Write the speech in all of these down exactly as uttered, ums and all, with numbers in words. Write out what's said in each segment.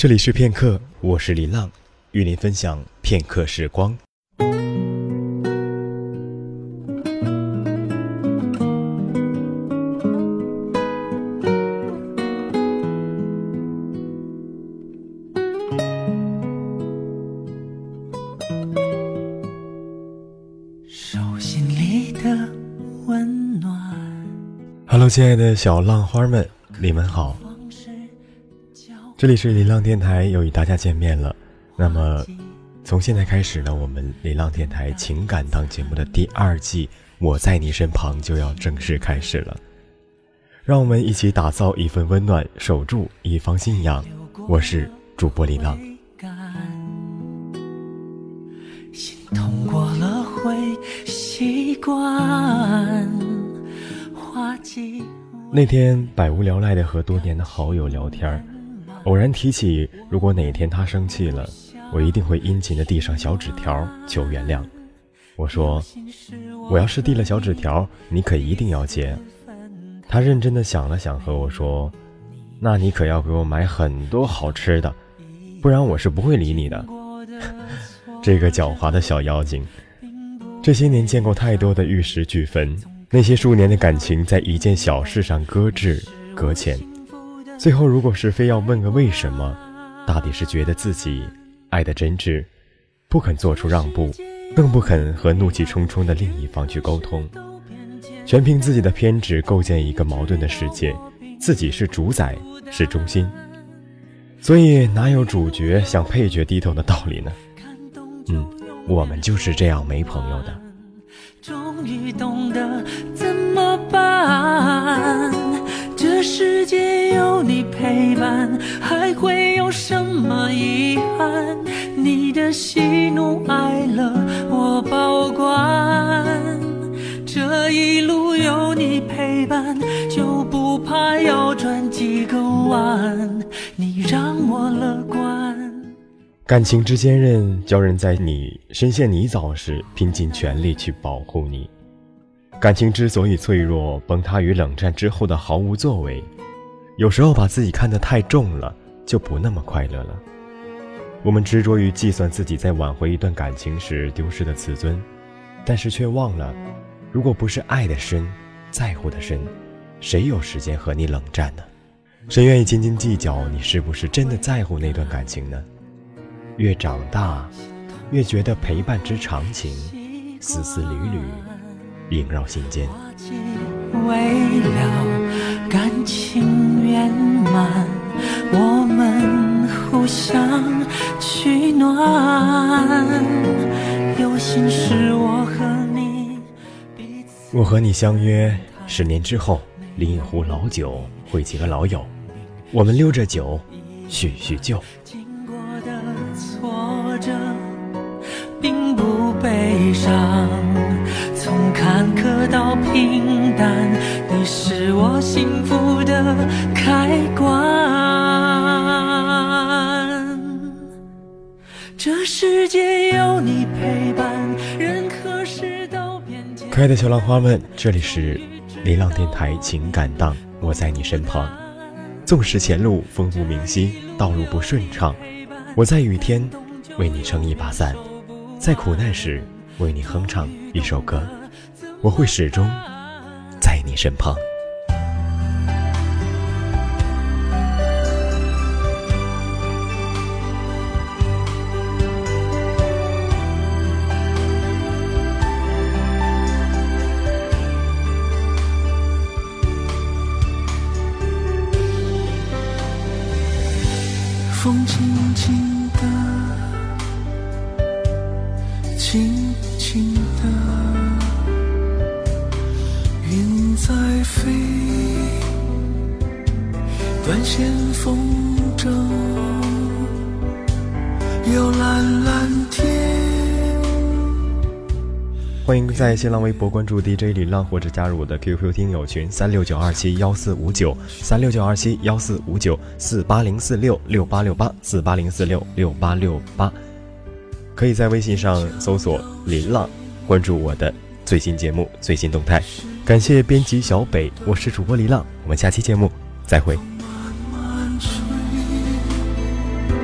这里是片刻，我是李浪，与您分享片刻时光。 手心里的温暖。 Hello， 亲爱的小浪花们，你们好。这里是李浪电台，又与大家见面了。那么从现在开始呢，我们李浪电台情感档节目的第二季我在你身旁就要正式开始了。让我们一起打造一份温暖，守住一方信仰。我是主播李浪。 心痛过了会习惯。 那天百无聊赖的和多年的好友聊天，偶然提起如果哪天他生气了，我一定会殷勤地递上小纸条求原谅。我说，我要是递了小纸条，你可一定要接。他认真地想了想和我说，那你可要给我买很多好吃的，不然我是不会理你的。这个狡猾的小妖精，这些年见过太多的玉石俱焚，那些数年的感情在一件小事上搁置搁浅，最后如果是非要问个为什么，大抵是觉得自己爱得真挚，不肯做出让步，更不肯和怒气冲冲的另一方去沟通，全凭自己的偏执构建一个矛盾的世界，自己是主宰，是中心，所以哪有主角向配角低头的道理呢？嗯，我们就是这样没朋友的。 终于懂得怎么办，这世界有你陪伴，还会有什么遗憾？你的喜怒哀乐我保管，这一路有你陪伴，就不怕要转几个弯，你让我乐观。 感情之坚韧，教人在你深陷泥沼时拼尽全力去保护你。感情之所以脆弱，崩塌于冷战之后的毫无作为。有时候把自己看得太重了，就不那么快乐了。我们执着于计算自己在挽回一段感情时丢失的自尊，但是却忘了，如果不是爱的深，在乎的深，谁有时间和你冷战呢？谁愿意斤斤计较你是不是真的在乎那段感情呢？越长大，越觉得陪伴之长情，丝丝缕缕萦绕心间。 为了感情圆满，我们互相取暖，有心事我和你彼此。 我和你相约十年之后，拎一壶老酒，会几个老友，我们溜着酒叙叙旧。 挫折并不悲伤，从坎坷到平淡，你是我幸福的开关。这世界有你陪伴，任何事都变简单。 可爱的小浪花们，这里是李浪电台情感档，我在你身旁。纵使前路风不明晰，道路不顺畅，我在雨天为你撑一把伞，在苦难时为你哼唱一首歌，我会始终在你身旁。 风轻轻的，轻轻的，云在飞，断线风筝，有蓝蓝天。 欢迎在新浪微博关注 D J 李浪，或者加入我的 Q Q 听友群三六九二七幺四五九三六九二七幺四五九四八零四六六八六八四八零四六六八六八，可以在微信上搜索李浪，关注我的最新节目最新动态。感谢编辑小北，我是主播李浪，我们下期节目再会。 慢慢吹，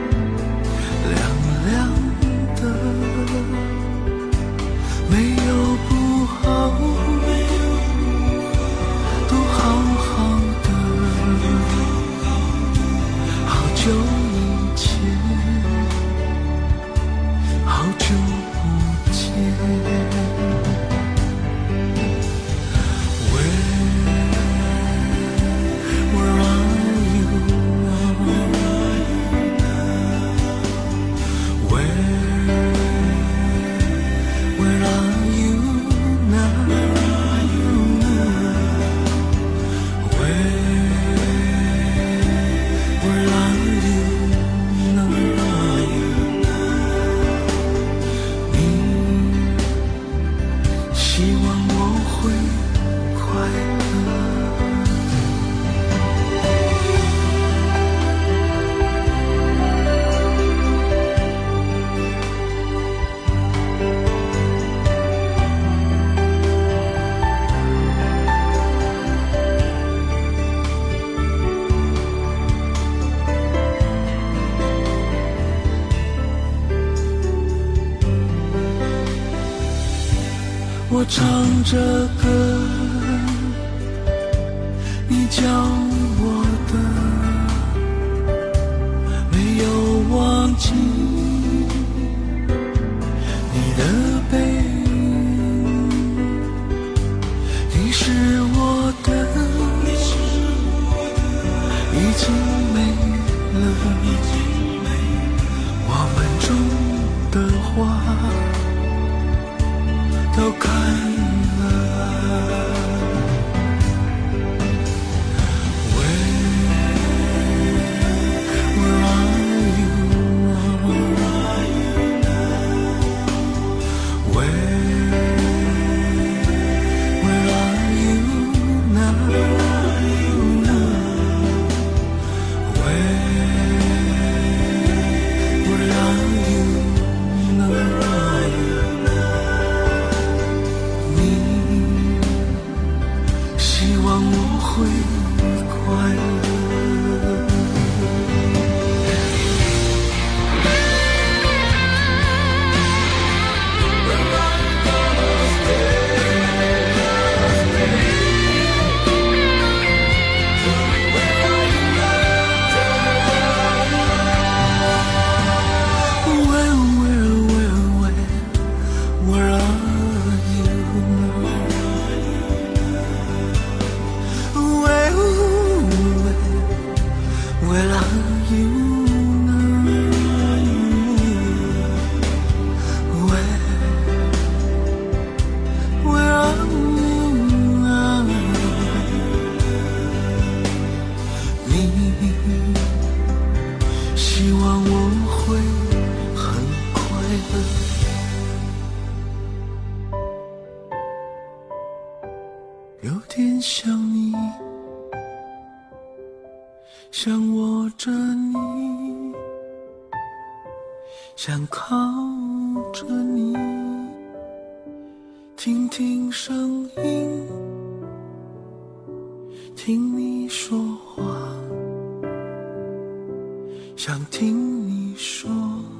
我唱着歌，你教我的，没有忘记你的背影，你是我的，已经没了，我们种的花都开了。有点想你，想握着你，想靠着你，听听声音，听你说话，想听你说。